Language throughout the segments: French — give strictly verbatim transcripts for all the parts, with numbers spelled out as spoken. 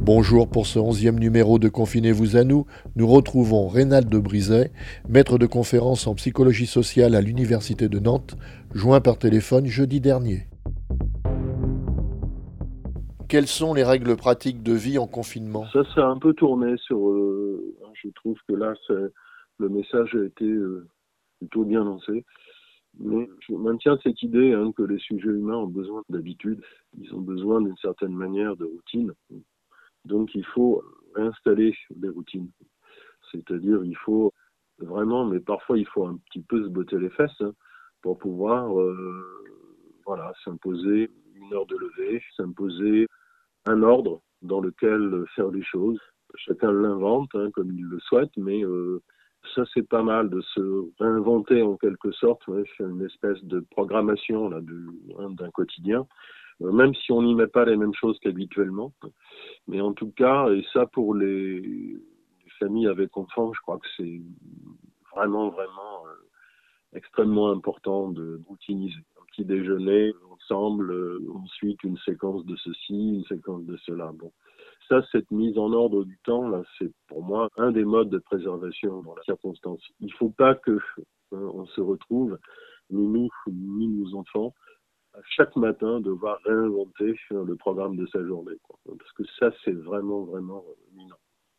Bonjour, pour ce onzième numéro de Confinez-vous à nous, nous retrouvons Reynald de Brizet, maître de conférence en psychologie sociale à l'Université de Nantes, joint par téléphone jeudi dernier. Quelles sont les règles pratiques de vie en confinement ? Ça s'est un peu tourné sur... Euh, je trouve que là, c'est, le message a été euh, plutôt bien lancé. Mais je maintiens cette idée hein, que les sujets humains ont besoin d'habitude, ils ont besoin d'une certaine manière de routine. Donc il faut réinstaller des routines. C'est-à-dire il faut vraiment, mais parfois il faut un petit peu se botter les fesses hein, pour pouvoir euh, voilà, s'imposer une heure de lever, s'imposer un ordre dans lequel faire les choses. Chacun l'invente hein, comme il le souhaite, mais euh, ça c'est pas mal de se réinventer en quelque sorte, ouais, faire une espèce de programmation là, de, hein, d'un quotidien, euh, même si on n'y met pas les mêmes choses qu'habituellement. Mais en tout cas, et ça pour les, les familles avec enfants, je crois que c'est vraiment, vraiment euh, extrêmement important de routiniser. Un petit déjeuner ensemble, euh, ensuite une séquence de ceci, une séquence de cela. Bon, ça, cette mise en ordre du temps, là, c'est pour moi un des modes de préservation dans la circonstance. Il ne faut pas que euh, on se retrouve, ni nous, ni nos enfants, à chaque matin devoir réinventer euh, le programme de sa journée, quoi. Parce que ça, c'est vraiment, vraiment minant.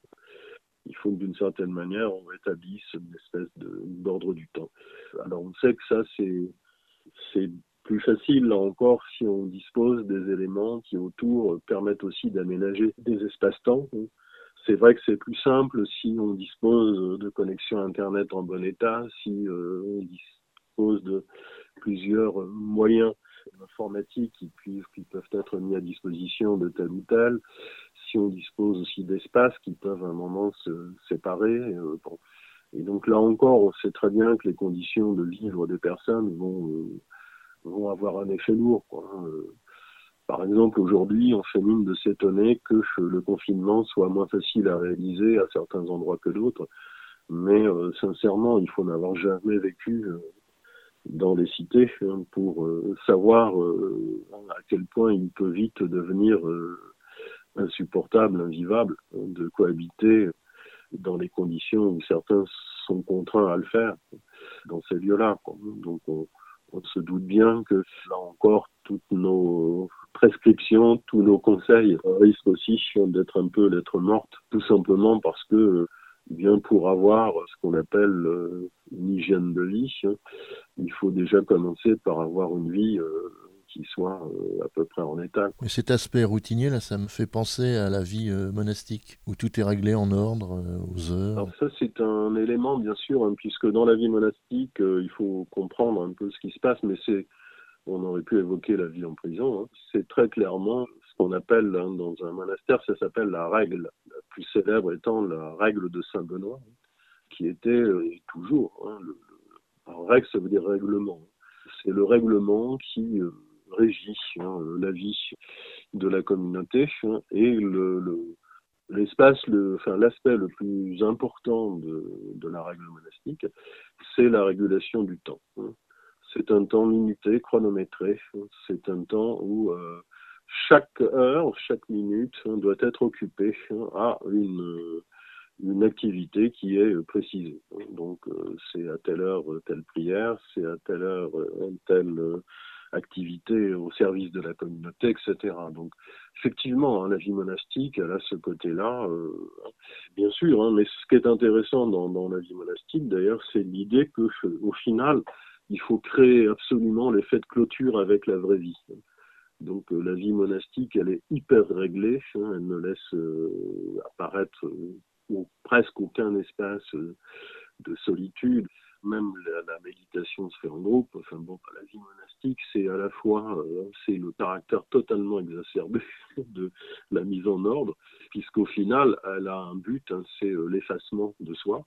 Il faut que d'une certaine manière, on rétablisse une espèce de, d'ordre du temps. Alors on sait que ça, c'est, c'est plus facile, là encore, si on dispose des éléments qui autour permettent aussi d'aménager des espaces-temps. C'est vrai que c'est plus simple si on dispose de connexions Internet en bon état, si euh, on dispose de plusieurs moyens informatiques qui, puissent, qui peuvent être mis à disposition de tel ou tel, si on dispose aussi d'espaces qui peuvent à un moment se séparer. Euh, bon. Et donc là encore, on sait très bien que les conditions de vivre des personnes vont, euh, vont avoir un effet lourd, quoi. Euh, par exemple, aujourd'hui, on fait mine de s'étonner que le confinement soit moins facile à réaliser à certains endroits que d'autres. Mais euh, sincèrement, il faut n'avoir jamais vécu euh, dans les cités hein, pour euh, savoir euh, à quel point il peut vite devenir euh, insupportable, invivable, hein, de cohabiter dans les conditions où certains sont contraints à le faire dans ces lieux-là, quoi. Donc on, on se doute bien que là encore, toutes nos prescriptions, tous nos conseils risquent aussi d'être un peu lettres mortes, tout simplement parce que bien pour avoir ce qu'on appelle euh, une hygiène de vie, hein, il faut déjà commencer par avoir une vie euh, qui soit euh, à peu près en état. Mais cet aspect routinier, là, ça me fait penser à la vie euh, monastique, où tout est réglé en ordre, euh, aux heures. Alors ça, c'est un élément, bien sûr, hein, puisque dans la vie monastique, euh, il faut comprendre un peu ce qui se passe, mais c'est, on aurait pu évoquer la vie en prison, hein. C'est très clairement ce qu'on appelle hein, dans un monastère, ça s'appelle la règle, la plus célèbre étant la règle de Saint-Benoît, hein, qui était euh, toujours, hein, le, le, alors, règle, ça veut dire règlement. C'est le règlement qui euh, régit hein, la vie de la communauté hein, et le, le l'espace, le, enfin l'aspect le plus important de, de la règle monastique, c'est la régulation du temps. Hein. C'est un temps limité, chronométré. Hein. C'est un temps où euh, chaque heure, chaque minute hein, doit être occupée hein, à une une activité qui est précisée. Donc, euh, c'est à telle heure telle prière, c'est à telle heure telle euh, activité au service de la communauté, et cetera. Donc, effectivement, hein, la vie monastique, elle a ce côté-là, euh, bien sûr. Hein, mais ce qui est intéressant dans, dans la vie monastique, d'ailleurs, c'est l'idée que, au final, il faut créer absolument l'effet de clôture avec la vraie vie. Donc euh, la vie monastique, elle est hyper réglée, hein, elle ne laisse euh, apparaître euh, ou presque aucun espace euh, de solitude. Même la, la méditation se fait en groupe. Enfin bon, la vie monastique, c'est à la fois euh, c'est le caractère totalement exacerbé de la mise en ordre, puisqu'au final, elle a un but, hein, c'est euh, l'effacement de soi.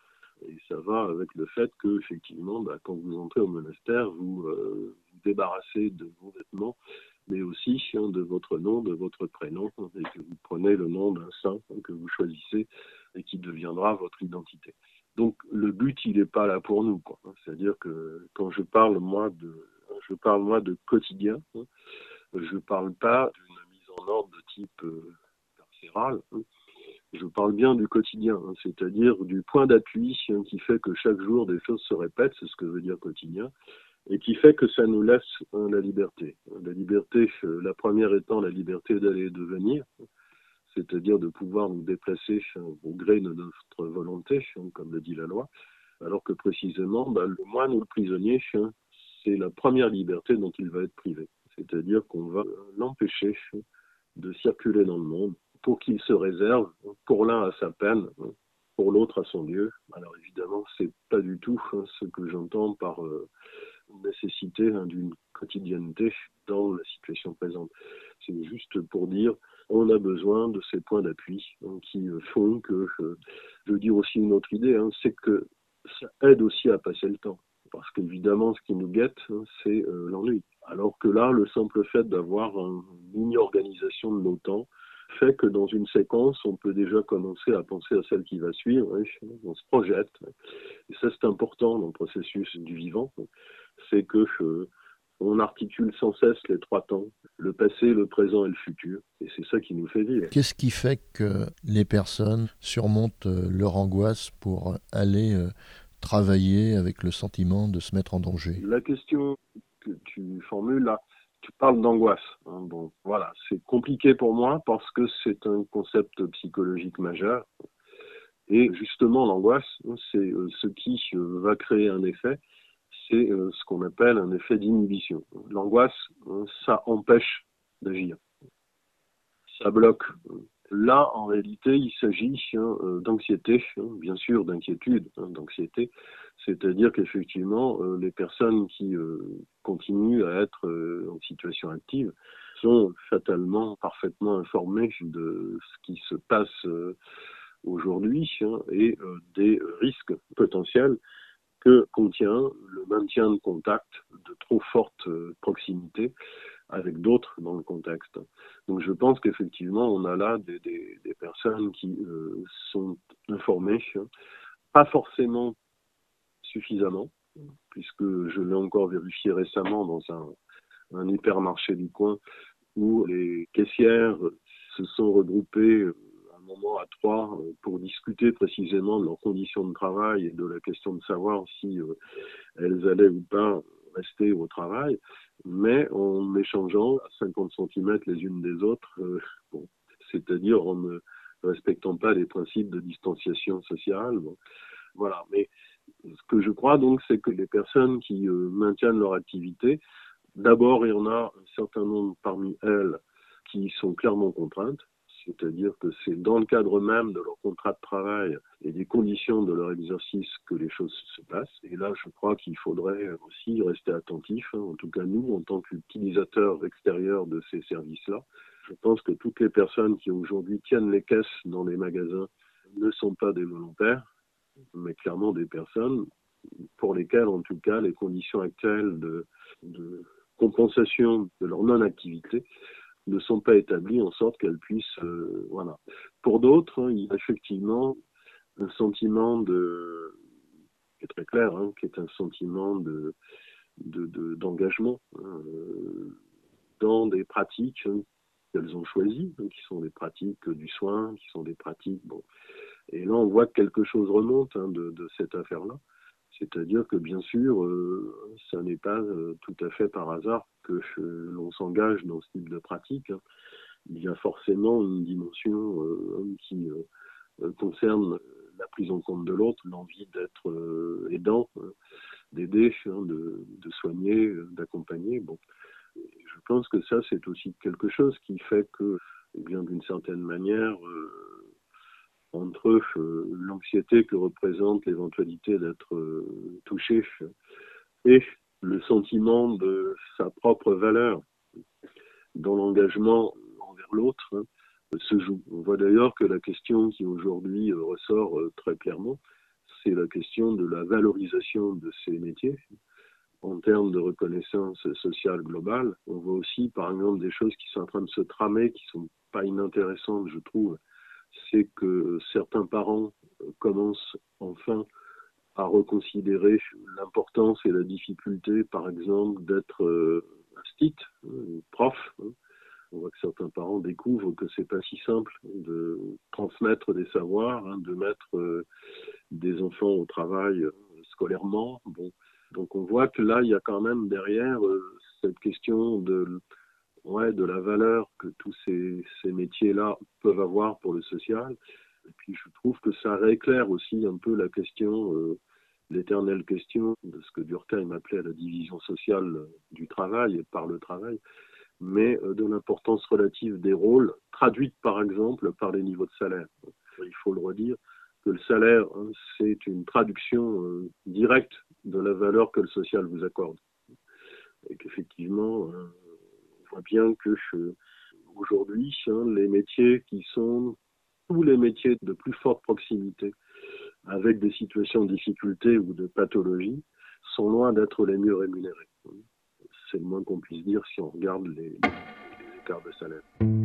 Et ça va avec le fait que, effectivement, bah, quand vous entrez au monastère, vous euh, vous débarrassez de vos vêtements, mais aussi hein, de votre nom, de votre prénom, hein, et que vous prenez le nom d'un saint hein, que vous choisissez et qui deviendra votre identité. Donc le but, il n'est pas là pour nous, quoi. C'est-à-dire que quand je parle moi de, je parle moi de quotidien, hein, je ne parle pas d'une mise en ordre de type euh, centrale. Je parle bien du quotidien, hein, c'est-à-dire du point d'appui hein, qui fait que chaque jour des choses se répètent, c'est ce que veut dire quotidien, et qui fait que ça nous laisse hein, la liberté. La liberté, euh, la première étant la liberté d'aller et de venir, c'est-à-dire de pouvoir nous déplacer hein, au gré de notre volonté, hein, comme le dit la loi, alors que précisément, bah, le moine ou le prisonnier, hein, c'est la première liberté dont il va être privé. C'est-à-dire qu'on va l'empêcher hein, de circuler dans le monde pour qu'il se réserve, pour l'un à sa peine, pour l'autre à son lieu. Alors évidemment, c'est pas du tout hein, ce que j'entends par euh, nécessité hein, d'une quotidienneté dans la situation présente. C'est juste pour dire on a besoin de ces points d'appui hein, qui font que, euh, je veux dire aussi une autre idée, hein, c'est que ça aide aussi à passer le temps. Parce qu'évidemment, ce qui nous guette, hein, c'est euh, l'ennui. Alors que là, le simple fait d'avoir un, une mini-organisation de nos temps fait que dans une séquence, on peut déjà commencer à penser à celle qui va suivre. Hein, on se projette. Et ça, c'est important dans le processus du vivant. C'est que euh, on articule sans cesse les trois temps, le passé, le présent et le futur. Et c'est ça qui nous fait vivre. Qu'est-ce qui fait que les personnes surmontent euh, leur angoisse pour aller euh, travailler avec le sentiment de se mettre en danger? La question que tu formules là, tu parles d'angoisse. Hein, bon, voilà, c'est compliqué pour moi parce que c'est un concept psychologique majeur. Et justement, l'angoisse, c'est euh, ce qui euh, va créer un effet, c'est euh, ce qu'on appelle un effet d'inhibition. L'angoisse, hein, ça empêche d'agir, ça bloque. Là, en réalité, il s'agit hein, d'anxiété, hein, bien sûr, d'inquiétude, hein, d'anxiété. C'est-à-dire qu'effectivement, euh, les personnes qui euh, continuent à être euh, en situation active sont fatalement, parfaitement informées de ce qui se passe euh, aujourd'hui hein, et euh, des risques potentiels que contient le maintien de contact de trop forte euh, proximité avec d'autres dans le contexte. Donc je pense qu'effectivement, on a là des, des, des personnes qui euh, sont informées, pas forcément suffisamment, puisque je l'ai encore vérifié récemment dans un, un hypermarché du coin, où les caissières se sont regroupées à un moment à trois pour discuter précisément de leurs conditions de travail et de la question de savoir si euh, elles allaient ou pas rester au travail, mais en échangeant à cinquante centimètres les unes des autres, euh, bon, c'est-à-dire en ne respectant pas les principes de distanciation sociale. Bon, voilà. Mais ce que je crois donc, c'est que les personnes qui euh, maintiennent leur activité, d'abord, il y en a un certain nombre parmi elles qui sont clairement contraintes, c'est-à-dire que c'est dans le cadre même de leur contrat de travail et des conditions de leur exercice que les choses se passent. Et là, je crois qu'il faudrait aussi rester attentif, hein, en tout cas nous, en tant qu'utilisateurs extérieurs de ces services-là. Je pense que toutes les personnes qui aujourd'hui tiennent les caisses dans les magasins ne sont pas des volontaires, mais clairement des personnes pour lesquelles, en tout cas, les conditions actuelles de, de compensation de leur non-activité ne sont pas établies en sorte qu'elles puissent, euh, voilà. Pour d'autres, hein, il y a effectivement un sentiment de, qui est très clair, hein, qui est un sentiment de, de, de d'engagement hein, euh, dans des pratiques hein, qu'elles ont choisies, hein, qui sont des pratiques du soin, qui sont des pratiques, bon. Et là, on voit que quelque chose remonte hein, de, de cette affaire-là. C'est-à-dire que bien sûr, euh, ça n'est pas euh, tout à fait par hasard que euh, l'on s'engage dans ce type de pratique. Hein. Il y a forcément une dimension euh, qui euh, concerne la prise en compte de l'autre, l'envie d'être euh, aidant, hein, d'aider, hein, de, de soigner, d'accompagner. Bon, je pense que ça, c'est aussi quelque chose qui fait que, eh bien, d'une certaine manière, euh, entre euh, l'anxiété que représente l'éventualité d'être euh, touché et le sentiment de sa propre valeur dans l'engagement envers l'autre hein, se joue. On voit d'ailleurs que la question qui aujourd'hui euh, ressort euh, très clairement, c'est la question de la valorisation de ces métiers en termes de reconnaissance sociale globale. On voit aussi, par exemple, des choses qui sont en train de se tramer, qui sont pas inintéressantes, je trouve. C'est que certains parents commencent enfin à reconsidérer l'importance et la difficulté, par exemple, d'être euh, un stit, un prof, hein, On voit que certains parents découvrent que c'est pas si simple de transmettre des savoirs, hein, de mettre euh, des enfants au travail euh, scolairement. Bon. Donc on voit que là, il y a quand même derrière euh, cette question de, ouais, de la valeur que tous ces, ces métiers-là peuvent avoir pour le social. Et puis je trouve que ça rééclaire aussi un peu la question, euh, l'éternelle question de ce que Durkheim appelait la division sociale du travail et par le travail, mais euh, de l'importance relative des rôles, traduite par exemple par les niveaux de salaire. Il faut le redire, que le salaire, hein, c'est une traduction euh, directe de la valeur que le social vous accorde. Et qu'effectivement, euh, on voit bien que euh, aujourd'hui, hein, les métiers qui sont tous les métiers de plus forte proximité, avec des situations de difficulté ou de pathologie, sont loin d'être les mieux rémunérés. C'est le moins qu'on puisse dire si on regarde les, les écarts de salaire.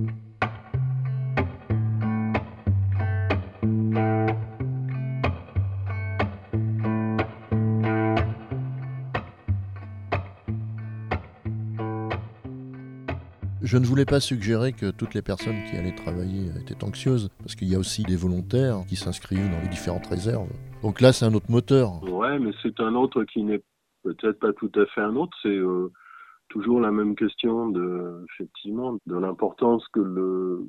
Je ne voulais pas suggérer que toutes les personnes qui allaient travailler étaient anxieuses, parce qu'il y a aussi des volontaires qui s'inscrivent dans les différentes réserves. Donc là, c'est un autre moteur. Ouais, mais c'est un autre qui n'est peut-être pas tout à fait un autre. C'est euh, toujours la même question de, effectivement, de l'importance que le,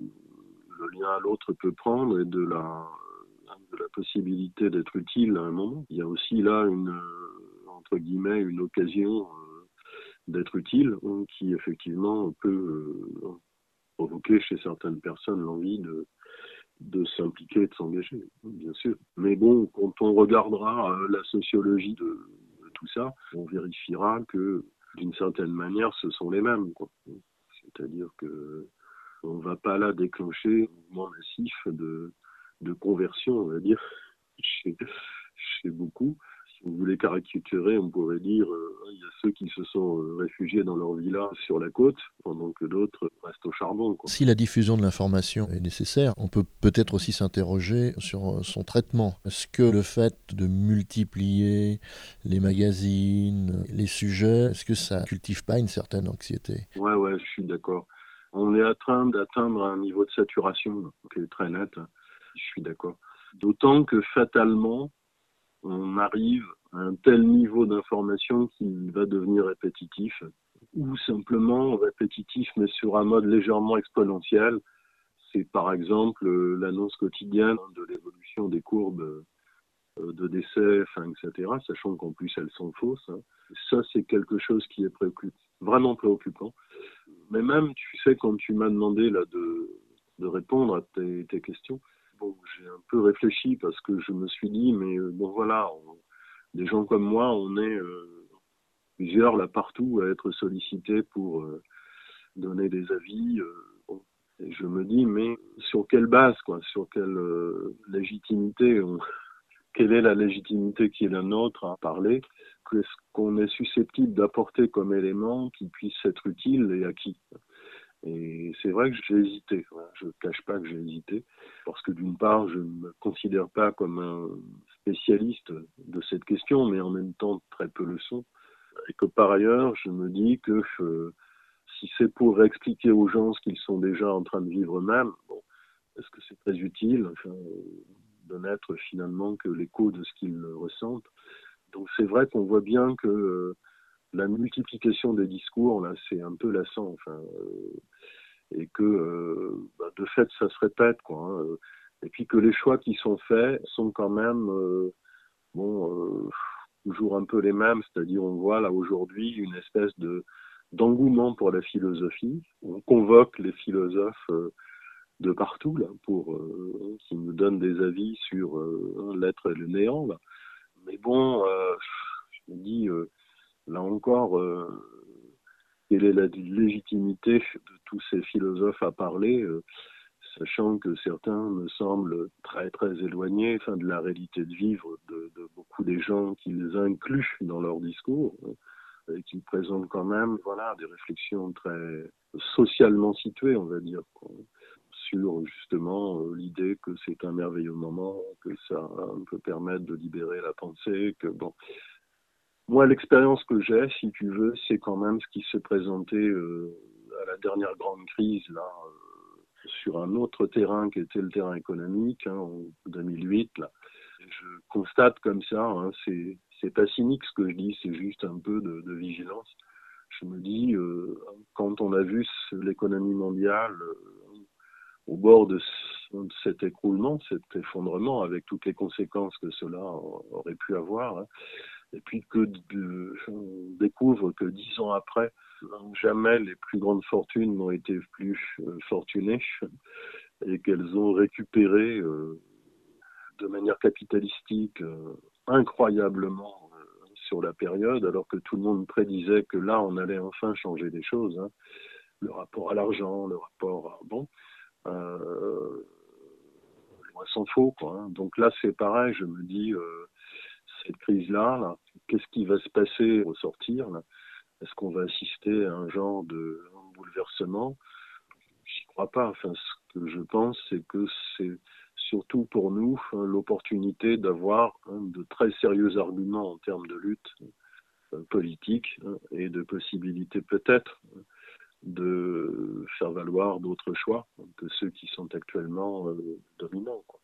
le lien à l'autre peut prendre et de la, de la possibilité d'être utile à un moment. Il y a aussi là une, entre guillemets, une occasion euh, d'être utile hein, qui effectivement peut euh, provoquer chez certaines personnes l'envie de de s'impliquer et de s'engager, bien sûr. Mais bon, quand on regardera euh, la sociologie de, de tout ça, on vérifiera que, d'une certaine manière, ce sont les mêmes, quoi. C'est-à-dire que on ne va pas là déclencher un mouvement massif de, de conversion, on va dire, chez, chez beaucoup. Si on voulait caricaturer, on pourrait dire euh, il y a ceux qui se sont euh, réfugiés dans leur villa sur la côte, pendant que d'autres restent au charbon, quoi. Si la diffusion de l'information est nécessaire, on peut peut-être aussi s'interroger sur son traitement. Est-ce que le fait de multiplier les magazines, les sujets, est-ce que ça cultive pas une certaine anxiété ? Ouais, ouais, je suis d'accord. On est en train d'atteindre un niveau de saturation qui est très net. Je suis d'accord. D'autant que fatalement, on arrive à un tel niveau d'information qu'il va devenir répétitif, ou simplement répétitif, mais sur un mode légèrement exponentiel. C'est par exemple l'annonce quotidienne de l'évolution des courbes de décès, enfin, et cetera, sachant qu'en plus elles sont fausses. Ça, c'est quelque chose qui est préoccupant, vraiment préoccupant. Mais même, tu sais, quand tu m'as demandé là, de, de répondre à tes, tes questions, bon, j'ai un peu réfléchi parce que je me suis dit, mais euh, bon voilà, on, des gens comme moi, on est euh, plusieurs là partout à être sollicités pour euh, donner des avis. Euh, bon. Et je me dis, mais sur quelle base, quoi, sur quelle euh, légitimité on... Quelle est la légitimité qui est la nôtre à parler? Qu'est-ce qu'on est susceptible d'apporter comme élément qui puisse être utile et à qui? Et c'est vrai que j'ai hésité. Je ne cache pas que j'ai hésité parce que d'une part, je ne me considère pas comme un spécialiste de cette question, mais en même temps très peu le sont. Et que par ailleurs, je me dis que euh, si c'est pour expliquer aux gens ce qu'ils sont déjà en train de vivre eux-mêmes, bon, est-ce que c'est très utile? Enfin, de n'être finalement que l'écho de ce qu'ils ressentent. Donc c'est vrai qu'on voit bien que euh, la multiplication des discours, là, c'est un peu lassant, enfin, euh, et que euh, bah, de fait, ça se répète, quoi. Hein, euh, et puis que les choix qui sont faits sont quand même, euh, bon, euh, toujours un peu les mêmes, c'est-à-dire on voit là aujourd'hui une espèce de d'engouement pour la philosophie. On convoque les philosophes euh, de partout là pour euh, qui nous donnent des avis sur euh, l'être et le néant là. Mais bon, euh, je me dis euh, là encore, euh, quelle est la légitimité de tous ces philosophes à parler, euh, sachant que certains me semblent très très éloignés, enfin de la réalité de vivre de, de beaucoup des gens qu'ils incluent dans leur discours. Hein, et qui présentent quand même, voilà, des réflexions très socialement situées, on va dire, quoi, sur justement euh, l'idée que c'est un merveilleux moment, que ça peut permettre de libérer la pensée, que bon. Moi, l'expérience que j'ai, si tu veux, c'est quand même ce qui s'est présenté euh, à la dernière grande crise, là, euh, sur un autre terrain qui était le terrain économique, hein, en deux mille huit, là. Je constate comme ça, hein, c'est, c'est pas cynique ce que je dis, c'est juste un peu de, de vigilance. Je me dis, euh, quand on a vu l'économie mondiale euh, au bord de, de cet écroulement, cet effondrement, avec toutes les conséquences que cela aurait pu avoir, hein, et puis que de, on découvre que dix ans après, jamais les plus grandes fortunes n'ont été plus euh, fortunées et qu'elles ont récupéré euh, de manière capitalistique euh, incroyablement euh, sur la période, alors que tout le monde prédisait que là, on allait enfin changer les choses. Hein. Le rapport à l'argent, le rapport à... Bon, euh, loin s'en faut, quoi. Hein. Donc là, c'est pareil, je me dis, euh, cette crise-là, là, qu'est-ce qui va se passer au sortir là? Est-ce qu'on va assister à un genre de bouleversement? J'y crois pas. Enfin, ce que je pense, c'est que c'est surtout pour nous hein, l'opportunité d'avoir hein, de très sérieux arguments en termes de lutte euh, politique hein, et de possibilité peut-être de faire valoir d'autres choix hein, que ceux qui sont actuellement euh, dominants, quoi.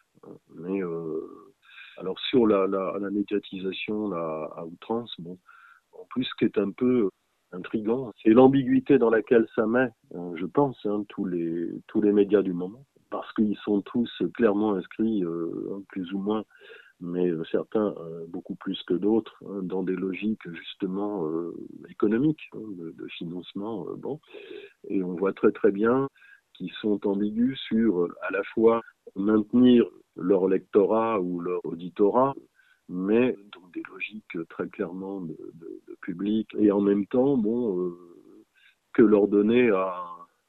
Mais euh, alors sur la, la, la médiatisation là, à outrance, bon, en plus ce qui est un peu intriguant, c'est l'ambiguïté dans laquelle ça met, hein, je pense, hein, tous les tous les médias du moment, parce qu'ils sont tous clairement inscrits, euh, plus ou moins, mais certains euh, beaucoup plus que d'autres, hein, dans des logiques justement euh, économiques, hein, de, de financement. Euh, bon, et on voit très très bien qu'ils sont ambigus sur à la fois maintenir leur lectorat ou leur auditorat, mais dans des logiques très clairement de, de, de public, et en même temps, bon, euh, que leur donner à,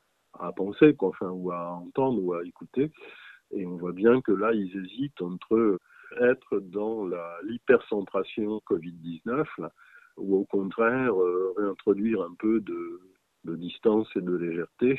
à penser, quoi, enfin, ou à entendre, ou à écouter. Et on voit bien que là, ils hésitent entre être dans la, l'hypercentration covid dix-neuf, là, ou au contraire, euh, réintroduire un peu de, de distance et de légèreté.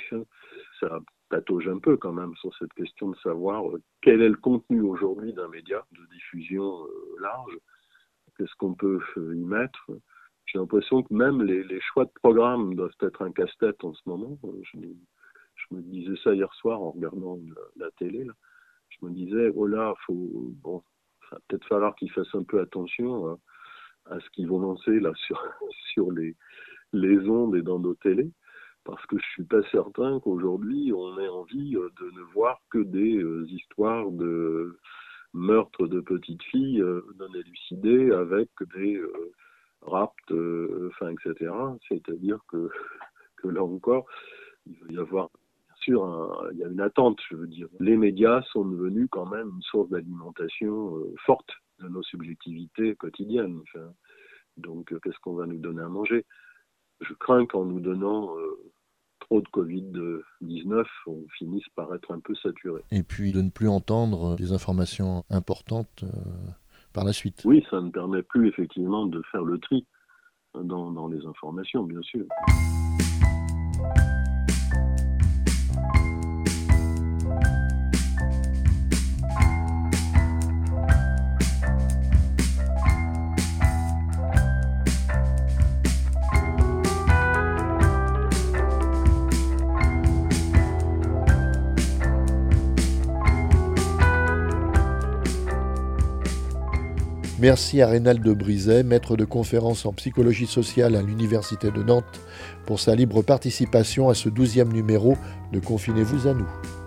Ça patauge un peu quand même sur cette question de savoir quel est le contenu aujourd'hui d'un média de diffusion euh, large, qu'est-ce qu'on peut y mettre. J'ai l'impression que même les, les choix de programme doivent être un casse-tête en ce moment. Je, je me disais ça hier soir en regardant la, la télé, là. Je me disais, oh là, faut, bon, ça va peut-être falloir qu'ils fassent un peu attention à, à ce qu'ils vont lancer là sur, sur les, les ondes et dans nos télés, parce que je suis pas certain qu'aujourd'hui on ait envie de ne voir que des euh, histoires de meurtres de petites filles euh, non élucidées avec des euh, rapts, euh, enfin, et cetera. C'est-à-dire que, que là encore, il va y avoir sûr, un, il y a une attente, je veux dire. Les médias sont devenus quand même une source d'alimentation euh, forte de nos subjectivités quotidiennes. Enfin, donc, euh, qu'est-ce qu'on va nous donner à manger? Je crains qu'en nous donnant euh, trop de covid dix-neuf, on finisse par être un peu saturé. Et puis de ne plus entendre des informations importantes euh, par la suite. Oui, ça ne permet plus effectivement de faire le tri dans, dans les informations, bien sûr. Merci à Reynald Brizet, maître de conférences en psychologie sociale à l'Université de Nantes, pour sa libre participation à ce douzième numéro de Confinez-vous à nous.